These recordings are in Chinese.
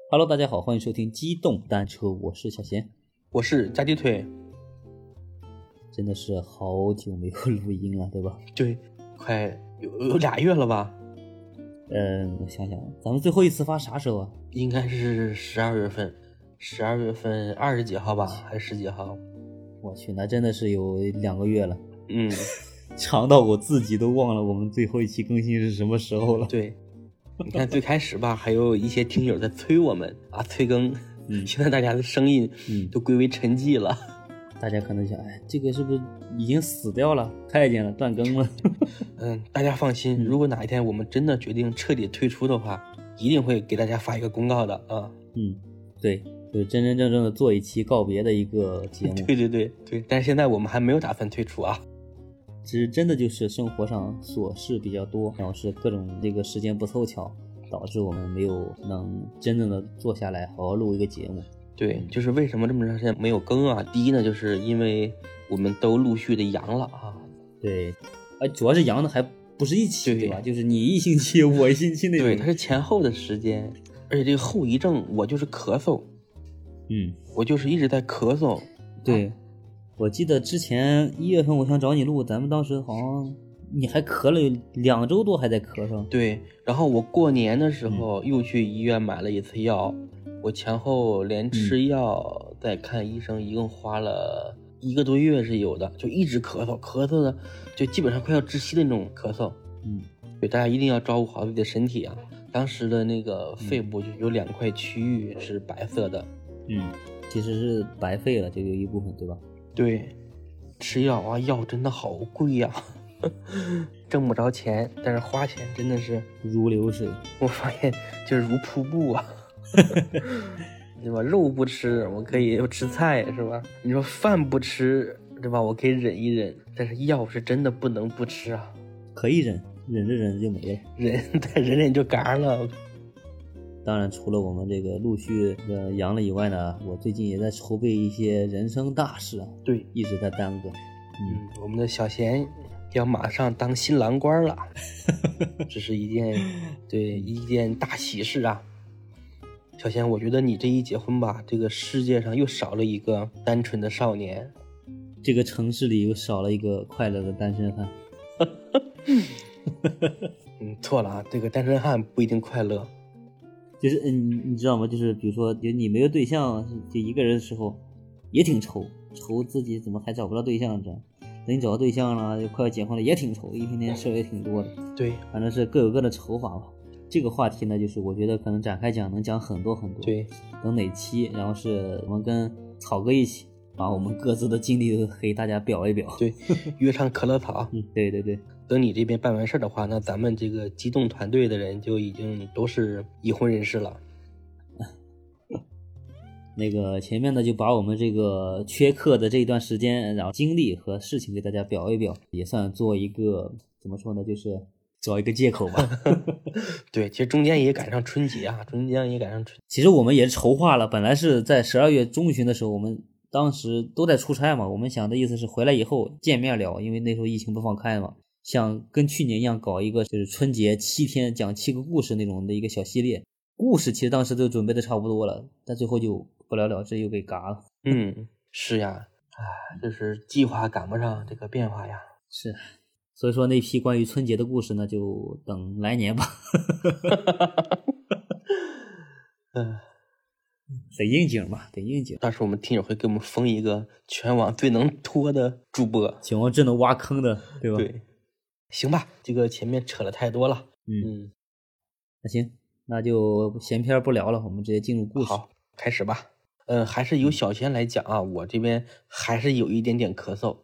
Hello， 大家好，欢迎收听机动单车，我是小贤， 我是加鸡腿。 真的是好久没有录音了，对吧？ 对，快有2月了吧？ 我想想，咱们最后一次发啥时候啊？ 应该是12月份，12月份20几号吧，还是10几号？ 我去，那真的是有2个月了。长到我自己都忘了我们最后一期更新是什么时候了。 对，你看最开始吧，还有一些听友在催我们啊，催更。现在大家的声音都归为沉寂了。 大家可能想，这个是不是已经死掉了？太监了，断更了。 大家放心，如果哪一天我们真的决定彻底退出的话，一定会给大家发一个公告的啊。 对，就真真正正的做一期告别的一个节目。 对，但是现在我们还没有打算退出啊。 其实真的就是生活上琐事比较多，然后是各种这个时间不凑巧，导致我们没有能真正的坐下来好好录一个节目。 对，就是为什么这么长时间没有更啊？第一呢，就是因为我们都陆续的阳了啊。 对，主要是阳的还不是一起，对吧？就是你一星期，我一星期那种。 对，它是前后的时间，而且这个后遗症，我就是咳嗽。我就是一直在咳嗽。 对，我记得之前1月份我想找你录，咱们当时好像你还咳了2周多，还在咳嗽。 对，然后我过年的时候又去医院买了一次药。我前后连吃药再看医生，一共花了1个多月是有的，就一直咳嗽的，就基本上快要窒息的那种咳嗽。对，大家一定要照顾好自己的身体啊。当时的那个肺部就有2块区域是白色的。 其实是白费了，就有一部分，对吧？ 对，吃药啊，药真的好贵呀。挣不着钱，但是花钱真的是如流水。 我发现就是如瀑布啊。对吧？肉不吃，我可以吃菜，是吧？你说饭不吃，对吧？我可以忍一忍，但是药是真的不能不吃啊。 可以忍着就没了， 忍就干了。 当然，除了我们这个陆续阳了以外呢，我最近也在筹备一些人生大事啊。 对， 一直在耽搁。 我们的小贤要马上当新郎官了，这是一件大喜事啊。小贤，我觉得你这一结婚吧，这个世界上又少了一个单纯的少年， 这个城市里又少了一个快乐的单身汉。 错了啊，这个单身汉不一定快乐。 就是你知道吗？就是比如说，就你没有对象，就一个人的时候，也挺愁自己怎么还找不到对象这样。等你找到对象了，就快要结婚了，也挺愁，一天天事儿也挺多的。 对， 反正是各有各的愁法吧。这个话题呢，就是我觉得可能展开讲能讲很多很多。 对， 等哪期，然后是我们跟草哥一起把我们各自的经历都给大家表一表。 对，约上可乐草。 对。 等你这边办完事的话，那咱们这个机动团队的人就已经都是已婚人士了。 那个前面呢，就把我们这个缺课的这一段时间，然后经历和事情给大家表一表，也算做一个怎么说呢，就是找一个借口吧。 对，其实中间也赶上春节啊， 其实我们也是筹划了，本来是在12月中旬的时候，我们当时都在出差嘛，我们想的意思是回来以后见面聊，因为那时候疫情不放开嘛，想跟去年一样搞一个就是春节7天讲7个故事那种的一个小系列。故事其实当时都准备的差不多了，但最后就不了了之，又被嘎了。 是呀，就是计划赶不上这个变化呀。 是，所以说那批关于春节的故事呢，就等来年吧。得应景嘛，得应景。 到时候我们听友会给我们封一个全网最能拖的主播， 全网最能挖坑的，对吧？ 对，行吧，这个前面扯了太多了。 那行，那就闲篇不聊了，我们直接进入故事。 好，开始吧。还是由小贤来讲啊，我这边还是有一点点咳嗽。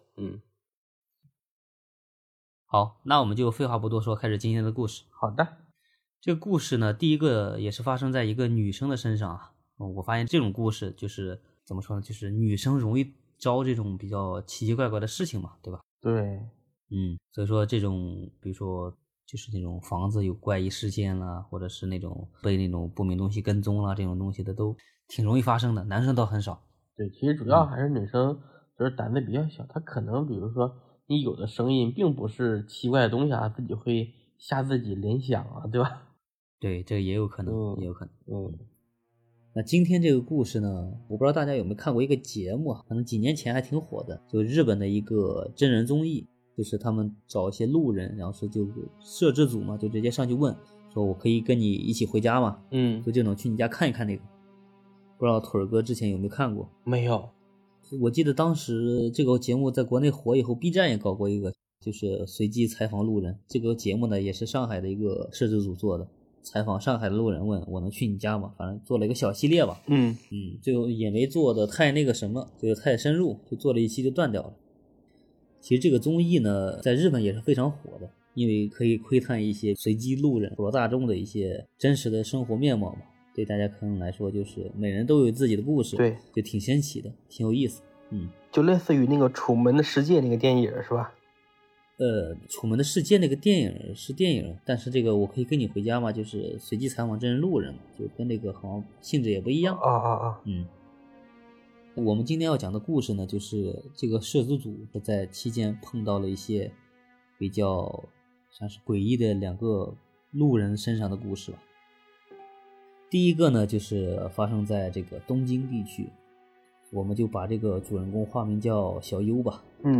好，那我们就废话不多说，开始今天的故事。 好的， 这个故事呢，第一个也是发生在一个女生的身上啊。我发现这种故事就是怎么说呢，就是女生容易招这种比较奇奇怪怪的事情嘛，对吧？ 对， 所以说这种比如说就是那种房子有怪异事件啦，或者是那种被那种不明东西跟踪啦，这种东西的都挺容易发生的，男生倒很少。 对，其实主要还是女生就是胆子比较小，她可能比如说你有的声音并不是奇怪的东西啊，自己会吓自己联想啊，对吧？ 对，这也有可能，也有可能。 那今天这个故事呢，我不知道大家有没有看过一个节目啊，可能几年前还挺火的，就日本的一个真人综艺，就是他们找一些路人，然后是就摄制组嘛，就直接上去问，说我可以跟你一起回家吗？就这种去你家看一看那个。不知道腿儿哥之前有没有看过？ 没有。 我记得当时这个节目在国内火以后 ，B 站也搞过一个，就是随机采访路人。这个节目呢也是上海的一个摄制组做的，采访上海的路人，问我能去你家吗？反正做了一个小系列吧。最后也没做的太那个什么，就是太深入，就做了一期就断掉了。其实这个综艺呢，在日本也是非常火的，因为可以窥探一些随机路人普罗大众的一些真实的生活面貌嘛。对大家可能来说，就是每人都有自己的故事， 对， 就挺新奇的，挺有意思。 就类似于那个《楚门的世界》那个电影是吧？ 楚门的世界那个电影是电影，但是这个我可以跟你回家嘛，就是随机采访真人路人嘛，就跟那个好像性质也不一样。我们今天要讲的故事呢，就是这个摄制组在期间碰到了一些比较像是诡异的两个路人身上的故事吧。第一个呢，就是发生在这个东京地区，我们就把这个主人公化名叫小优吧。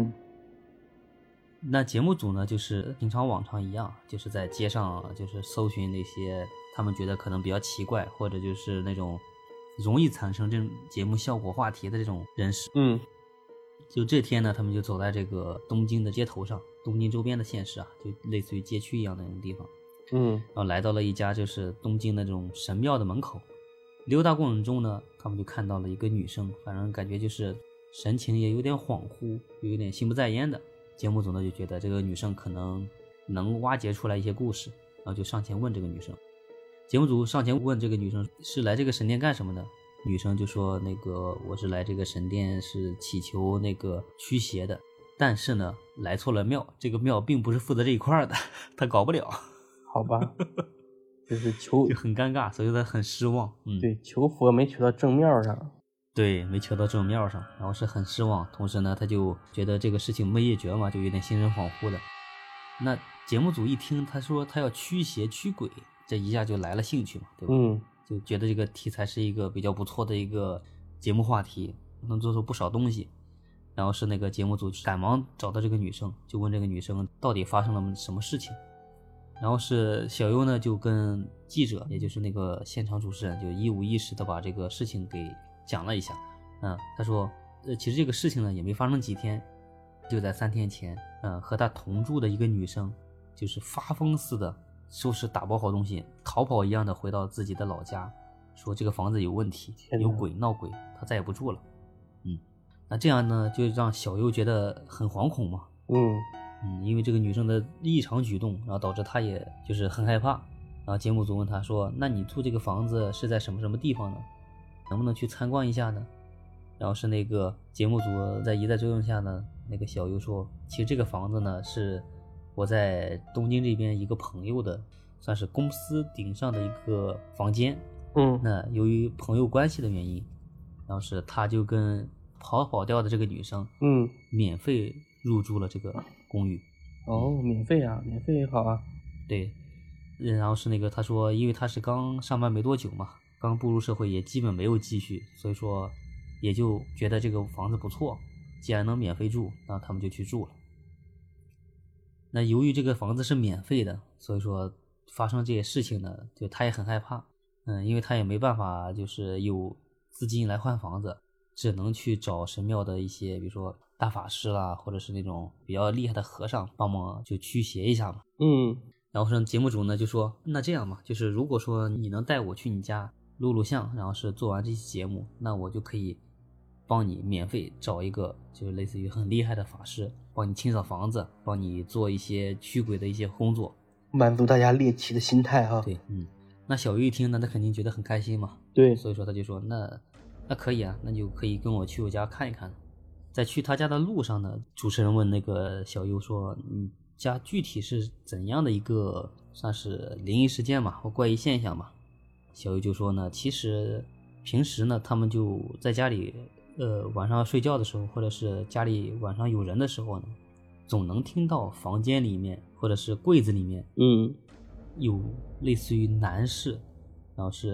那节目组呢，就是平常往常一样，就是在街上就是搜寻那些他们觉得可能比较奇怪，或者就是那种容易产生这种节目效果话题的这种人士。就这天呢，他们就走在这个东京的街头上，东京周边的县市啊，就类似于街区一样的那种地方。然后来到了一家就是东京的这种神庙的门口，溜达过程中呢，他们就看到了一个女生，反正感觉就是神情也有点恍惚，有点心不在焉的。节目组呢就觉得这个女生可能能挖掘出来一些故事，然后就上前问这个女生。节目组上前问这个女生是来这个神殿干什么的，女生就说那个我是来这个神殿是祈求那个驱邪的，但是呢来错了庙，这个庙并不是负责这一块的，她搞不了。 好吧，就是求就很尴尬，所以他很失望。 对，求佛没求到正庙上。 对，没求到正庙上，然后是很失望。同时呢，他就觉得这个事情没解决嘛，就有点心神恍惚的。那节目组一听他说他要驱邪驱鬼，这一下就来了兴趣嘛，对吧？就觉得这个题材是一个比较不错的一个节目话题，能做出不少东西。然后是那个节目组赶忙找到这个女生，就问这个女生到底发生了什么事情。然后是小优呢就跟记者，也就是那个现场主持人，就一五一十的把这个事情给讲了一下。他说其实这个事情呢也没发生几天，就在3天前，和他同住的一个女生就是发疯似的收拾打包好东西，逃跑一样的回到自己的老家，说这个房子有问题，有鬼闹鬼，他再也不住了。那这样呢就让小优觉得很惶恐嘛。因为这个女生的异常举动，然后导致她也就是很害怕。然后节目组问她说，那你住这个房子是在什么什么地方呢？能不能去参观一下呢？然后是那个节目组在一再追问下呢，那个小优说，其实这个房子呢是我在东京这边一个朋友的，算是公司顶上的一个房间。那由于朋友关系的原因，然后是他就跟跑掉的这个女生免费入住了这个公寓。 免费啊，免费也好啊。 对，然后是那个他说，因为他是刚上班没多久嘛，刚步入社会，也基本没有积蓄，所以说也就觉得这个房子不错，既然能免费住，那他们就去住了。那由于这个房子是免费的，所以说发生这些事情呢，就他也很害怕。因为他也没办法就是有资金来换房子，只能去找神庙的一些比如说大法师啦，或者是那种比较厉害的和尚帮忙就驱邪一下嘛。然后节目组呢就说，那这样嘛，就是如果说你能带我去你家录像，然后是做完这期节目，那我就可以帮你免费找一个就是类似于很厉害的法师，帮你清扫房子，帮你做一些驱鬼的一些工作， 满足大家猎奇的心态哈。 对，那小玉一听呢，他肯定觉得很开心嘛。 对， 所以说他就说，那可以啊，那就可以跟我去我家看一看。在去他家的路上呢，主持人问那个小优说，你家具体是怎样的一个算是灵异事件嘛，或怪异现象嘛？小优就说呢，其实平时呢他们就在家里晚上睡觉的时候，或者是家里晚上有人的时候呢，总能听到房间里面或者是柜子里面有类似于男士，然后是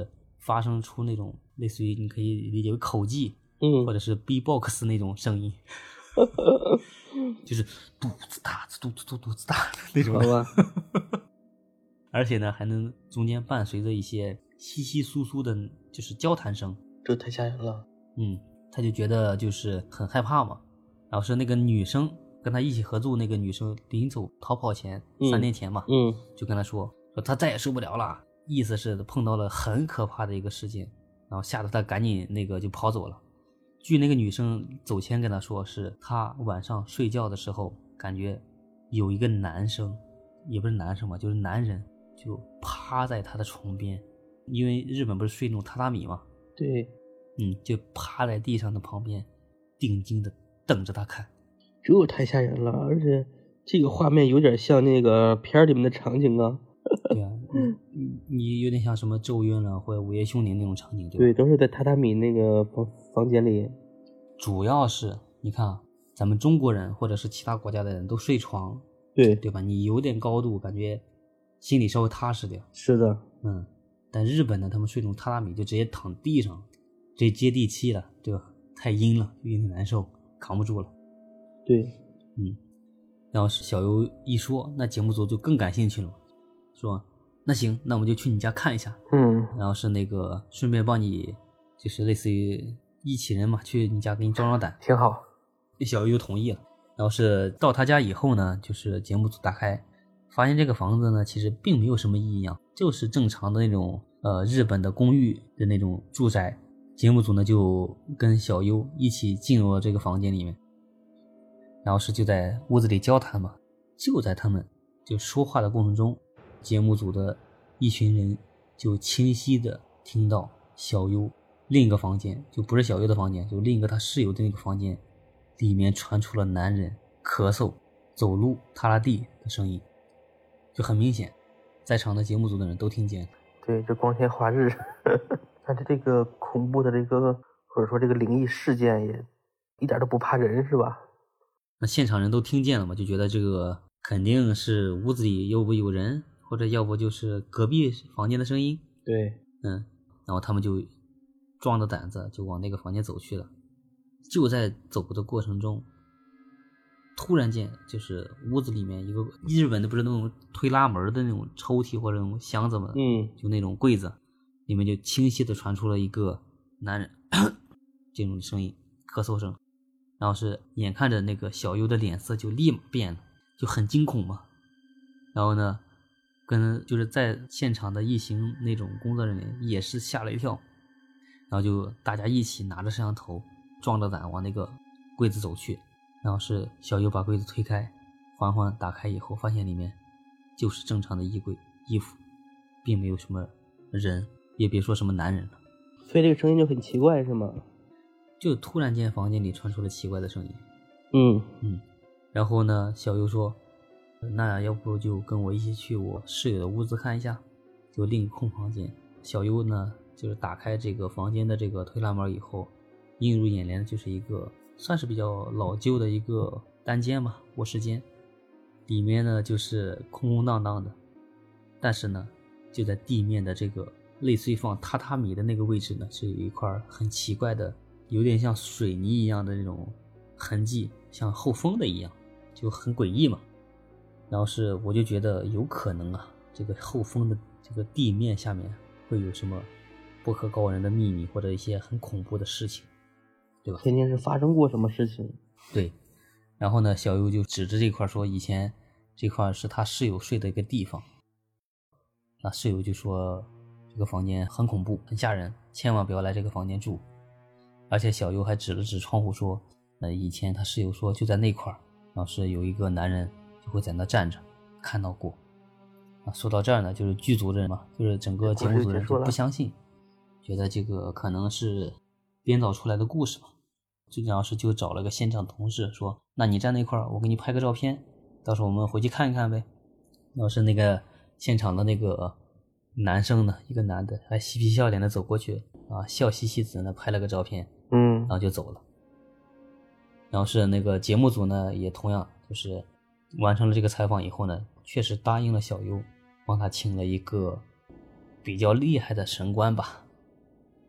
发生出那种类似于你可以理解为口技，或者是 B-box 那种声音，就是肚子大肚子大那种的，而且呢还能中间伴随着一些稀稀疏疏的，就是交谈声， 这太吓人了。 他就觉得就是很害怕嘛。然后是那个女生跟他一起合住，那个女生临走逃跑前3年前嘛，就跟他说他再也受不了了，意思是碰到了很可怕的一个事件，然后吓得他赶紧那个就跑走了。据那个女生走前跟他说，是他晚上睡觉的时候感觉有一个男生，也不是男生嘛，就是男人就趴在他的床边，因为日本不是睡那种榻榻米嘛， 对， 就趴在地上的旁边定睛的等着他看。 这太吓人了，而且这个画面有点像那个片里面的场景啊。 对啊，你有点像什么咒怨了或者午夜凶铃那种场景，对吧？ 对，都是在榻榻米那个房间里。 主要是你看啊，咱们中国人或者是其他国家的人都睡床，对吧？你有点高度，感觉心里稍微踏实点。 是的， 但日本呢，他们睡那种榻榻米就直接躺地上，这接地气了，对吧？太阴了，有点难受，扛不住了。 对， 然后小优一说，那节目组就更感兴趣了，说那行，那我们就去你家看一下。然后是那个顺便帮你，就是类似于一起人嘛，去你家给你壮壮胆， 挺好。 小优就同意了。然后是到他家以后呢，就是节目组打开，发现这个房子呢其实并没有什么异样，就是正常的那种日本的公寓的那种住宅。节目组呢就跟小优一起进入了这个房间里面，然后是就在屋子里交谈嘛。就在他们就说话的过程中，节目组的一群人就清晰的听到小优另一个房间，就不是小优的房间，就另一个他室友的那个房间里面传出了男人咳嗽、走路、踏拉地的声音，就很明显，在场的节目组的人都听见了。 对，这光天化日，但是这个恐怖的这个或者说这个灵异事件也一点都不怕人，是吧？ 那现场人都听见了嘛，就觉得这个肯定是屋子里要不有人，或者要不就是隔壁房间的声音。 对， 然后他们就壮着胆子就往那个房间走去了。就在走的过程中，突然间就是屋子里面一个日本的不是那种推拉门的那种抽屉或者那种箱子嘛，就那种柜子里面就清晰的传出了一个男人这种声音，咳嗽声。然后是眼看着那个小优的脸色就立马变了，就很惊恐嘛。然后呢跟就是在现场的一行那种工作人员也是吓了一跳，然后就大家一起拿着摄像头壮着胆往那个柜子走去。然后是小优把柜子推开，缓缓打开以后，发现里面就是正常的衣柜衣服，并没有什么人，也别说什么男人了。 所以这个声音就很奇怪是吗？ 就突然间房间里传出了奇怪的声音。然后呢小优说，那要不就跟我一起去我室友的屋子看一下，就另一空房间。小优呢就是打开这个房间的这个推拉门以后，映入眼帘的就是一个算是比较老旧的一个单间吧，卧室间，里面呢就是空空荡荡的。但是呢就在地面的这个类似于放榻榻米的那个位置呢，是有一块很奇怪的有点像水泥一样的那种痕迹，像后封的一样，就很诡异嘛。然后是我就觉得有可能啊，这个后封的这个地面下面会有什么不可告人的秘密，或者一些很恐怖的事情，对吧？ 肯定是发生过什么事情。 对。然后呢小优就指着这块说，以前这块是他室友睡的一个地方。那室友就说这个房间很恐怖很吓人，千万不要来这个房间住。而且小优还指了指窗户说，以前他室友说就在那块，然后是有一个男人就会在那站着，看到过。说到这儿呢，就是剧组的人嘛，就是整个节目组的人就不相信，觉得这个可能是编造出来的故事嘛。最主要是就找了个现场同事说，那你站那块我给你拍个照片，到时候我们回去看一看呗。然后是那个现场的那个男生呢，一个男的还嬉皮笑脸的走过去笑嘻嘻的呢拍了个照片，然后就走了。然后是那个节目组呢也同样就是完成了这个采访以后呢，确实答应了小优帮他请了一个比较厉害的神官吧，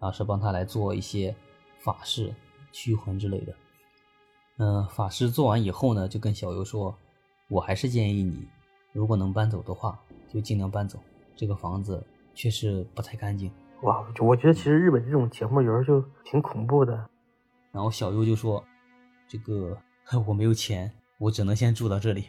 然后是帮他来做一些法事驱魂之类的。法事做完以后呢，就跟小优说，我还是建议你如果能搬走的话就尽量搬走，这个房子确实不太干净。 哇，我觉得其实日本这种节目有时候就挺恐怖的。 然后小优就说，这个我没有钱，我只能先住到这里。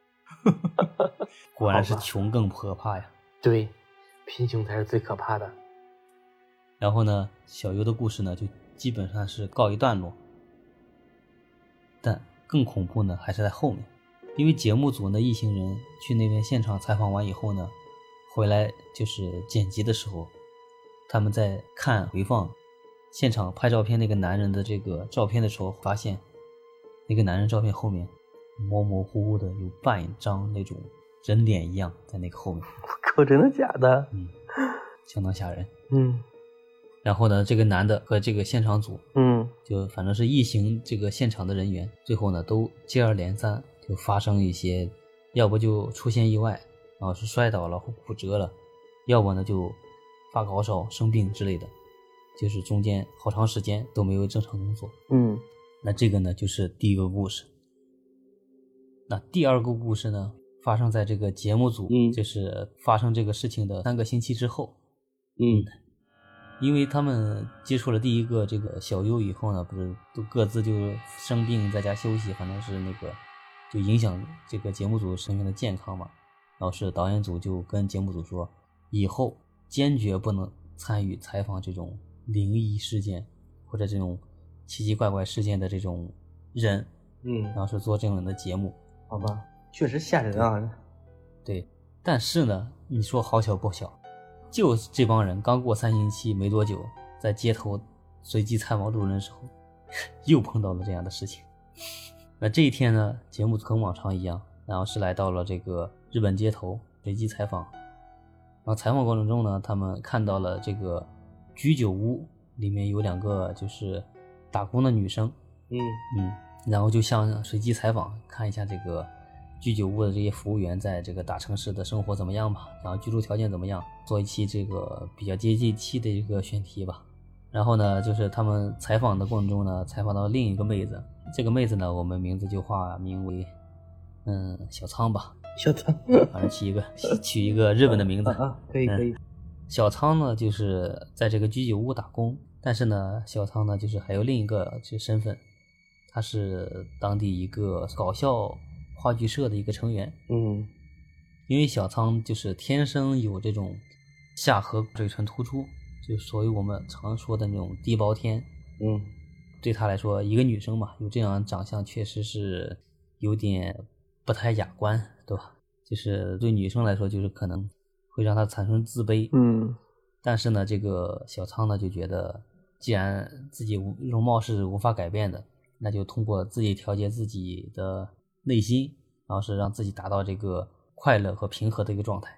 果然是穷更可怕呀。 对，贫穷才是最可怕的。 然后呢，小优的故事呢就基本上是告一段落。但更恐怖呢还是在后面，因为节目组呢一行人去那边现场采访完以后呢，回来就是剪辑的时候，他们在看回放现场拍照片那个男人的这个照片的时候，发现那个男人照片后面模模糊糊的有半张那种人脸一样在那个后面。 我靠，真的假的？ 相当吓人。然后呢，这个男的和这个现场组，就反正是一行这个现场的人员，最后呢都接二连三就发生一些，要不就出现意外，然后是摔倒了或骨折了，要不呢就发高烧生病之类的，就是中间好长时间都没有正常工作。那这个呢就是第一个故事。那第二个故事呢发生在这个节目组，就是发生这个事情的3个星期之后。因为他们接触了第一个这个小优以后呢，不是都各自就生病在家休息，反正是那个就影响这个节目组成员的健康嘛。然后是导演组就跟节目组说，以后坚决不能参与采访这种灵异事件或者这种奇奇怪怪事件的这种人，然后是做这种的节目。 好吧，确实吓人啊。 对，但是呢，你说好巧不巧，就这帮人刚过3星期没多久，在街头随机采访路人的时候，又碰到了这样的事情。那这一天呢，节目跟往常一样，然后是来到了这个日本街头随机采访。然后采访过程中呢，他们看到了这个居酒屋里面有2个就是打工的女生，然后就像随机采访，看一下这个居酒屋的这些服务员在这个大城市的生活怎么样吧，然后居住条件怎么样，做一期这个比较接地气的一个选题吧。然后呢，就是他们采访的过程中呢，采访到另一个妹子，这个妹子呢，我们名字就化名为小仓吧。 小仓， 反正取一个日本的名字可以。 小仓呢，就是在这个居酒屋打工，但是呢，小仓呢，就是还有另一个身份，他是当地一个搞笑话剧社的一个成员。因为小仓就是天生有这种下颌嘴唇突出，就所谓我们常说的那种地包天。对他来说，一个女生嘛，有这样长相确实是有点不太雅观，对吧？就是对女生来说，就是可能会让她产生自卑。但是呢，这个小仓呢就觉得，既然自己容貌是无法改变的，那就通过自己调节自己的内心，然后是让自己达到这个快乐和平和的一个状态。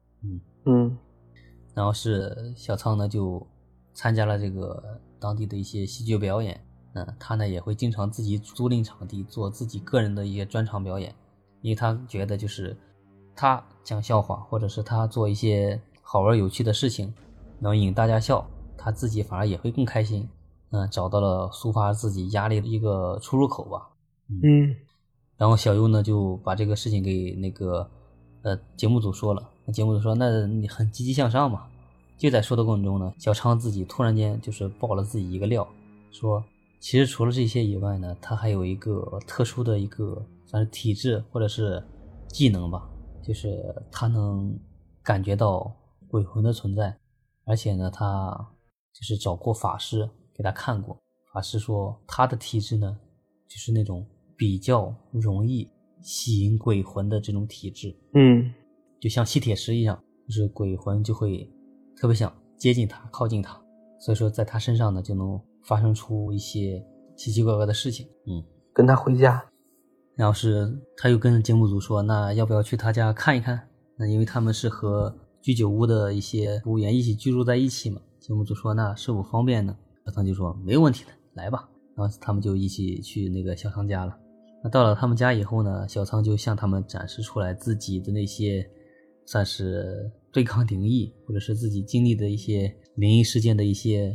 然后是小仓呢就参加了这个当地的一些戏剧表演。他呢也会经常自己租赁场地做自己个人的一些专场表演，因为他觉得就是他讲笑话或者是他做一些好玩有趣的事情能引大家笑，他自己反而也会更开心。找到了抒发自己压力的一个出入口吧。然后小优呢就把这个事情给那个节目组说了，节目组说那你很积极向上嘛。就在说的过程中呢，小仓自己突然间就是爆了自己一个料，说其实除了这些以外呢，他还有一个特殊的一个算是体质或者是技能吧，就是他能感觉到鬼魂的存在，而且呢他就是找过法师给他看过，法师说他的体质呢就是那种比较容易吸引鬼魂的这种体质。就像吸铁石一样，就是鬼魂就会特别想接近他靠近他，所以说在他身上呢就能发生出一些奇奇怪怪的事情。 跟他回家。 然后是他又跟节目组说，那要不要去他家看一看，那因为他们是和居酒屋的一些服务员一起居住在一起嘛。节目组说那是否方便呢？小仓就说没有问题的，来吧。然后他们就一起去那个小仓家了。那到了他们家以后呢，小仓就向他们展示出来自己的那些算是对抗灵异或者是自己经历的一些灵异事件的一些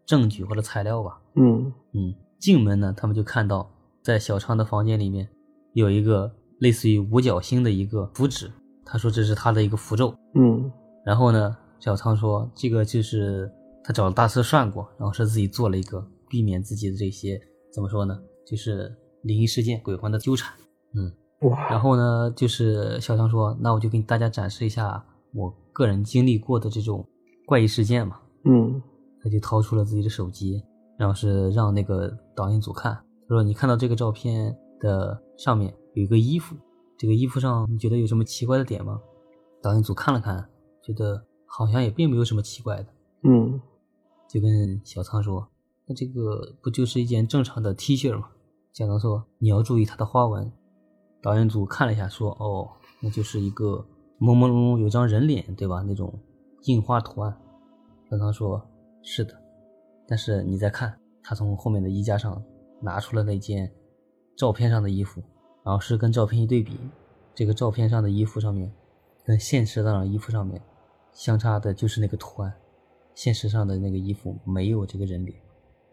证据或者材料吧。进门呢，他们就看到在小昌的房间里面有一个类似于五角星的一个符纸，他说这是他的一个符咒。然后呢，小昌说这个就是他找大师算过，然后是自己做了一个避免自己的这些怎么说呢，就是灵异事件鬼魂的纠缠。然后呢，就是小昌说那我就给大家展示一下我个人经历过的这种怪异事件嘛。他就掏出了自己的手机，然后是让那个导演组看，他说你看到这个照片的上面有一个衣服，这个衣服上你觉得有什么奇怪的点吗？导演组看了看，觉得好像也并没有什么奇怪的。就跟小仓说那这个不就是一件正常的 T 恤吗？小仓说你要注意它的花纹。导演组看了一下说那就是一个朦朦胧胧有张人脸对吧，那种印花图案。小仓说是的，但是你再看，他从后面的衣架上拿出了那件照片上的衣服，然后是跟照片一对比，这个照片上的衣服上面跟现实上的衣服上面相差的就是那个图案，现实上的那个衣服没有这个人脸。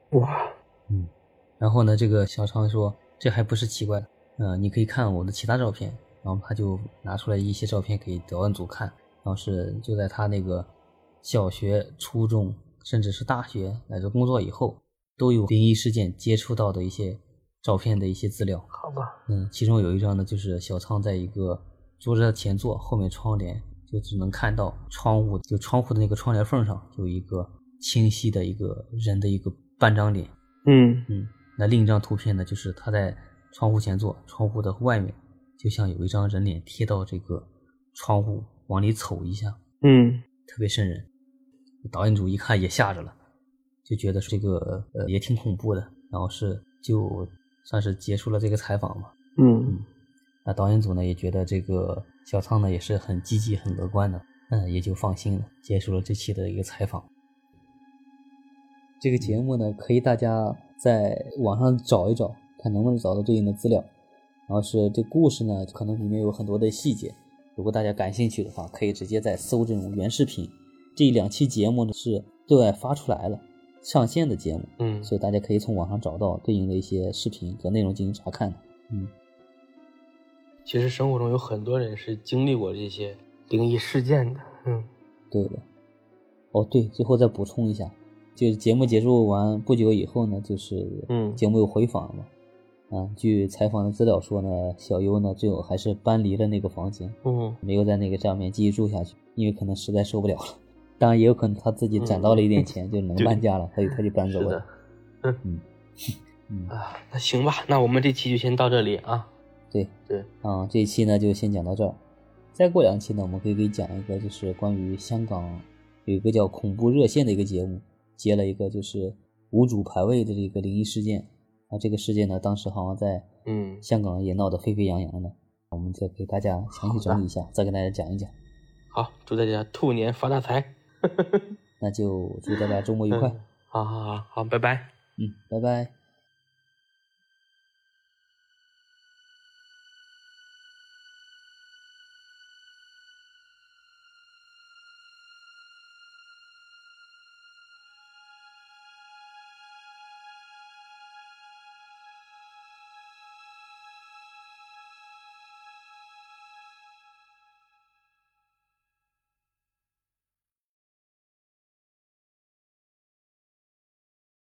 然后呢，这个小昌说这还不是奇怪的，你可以看我的其他照片，然后他就拿出来一些照片给导演组看，然后是就在他那个小学、初中甚至是大学乃至工作以后都有灵异事件接触到的一些照片的一些资料。 好吧。 其中有一张呢，就是小仓在一个桌子的前座，后面窗帘就只能看到窗户，就窗户的那个窗帘缝上有一个清晰的一个人的一个半张脸。那另一张图片呢，就是他在窗户前座，窗户的外面就像有一张人脸贴到这个窗户往里瞅一下。特别瘆人。导演组一看也吓着了，就觉得这个也挺恐怖的，然后就算是结束了这个采访嘛。那导演组呢也觉得这个小仓呢也是很积极很乐观的，也就放心了，结束了这期的一个采访。这个节目呢可以大家在网上找一找，看能不能找到对应的资料，然后是这故事呢可能里面有很多的细节，如果大家感兴趣的话可以直接在搜这种原视频。这2期节目呢是对外发出来了上线的节目，所以大家可以从网上找到对应的一些视频和内容进行查看。 其实生活中有很多人是经历过这些灵异事件的。 对的。对，最后再补充一下，就是节目结束完不久以后呢，就是节目有回访嘛。据采访的资料说呢，小优呢最后还是搬离了那个房间，没有在那个上面继续住下去，因为可能实在受不了了。当然也有可能他自己攒到了一点钱，就能搬家了，他就搬走了。 那行吧，那我们这期就先到这里啊。 对，这一期呢就先讲到这儿。再过2期呢，我们可以给讲一个就是关于香港有一个叫恐怖热线的一个节目，接了一个就是无主牌位的这个灵异事件。这个事件呢，当时好像在香港也闹得沸沸扬扬的，我们再给大家详细整理一下，再跟大家讲一讲。 好，祝大家兔年发大财。 那就祝大家周末愉快。 好，拜拜。 拜拜。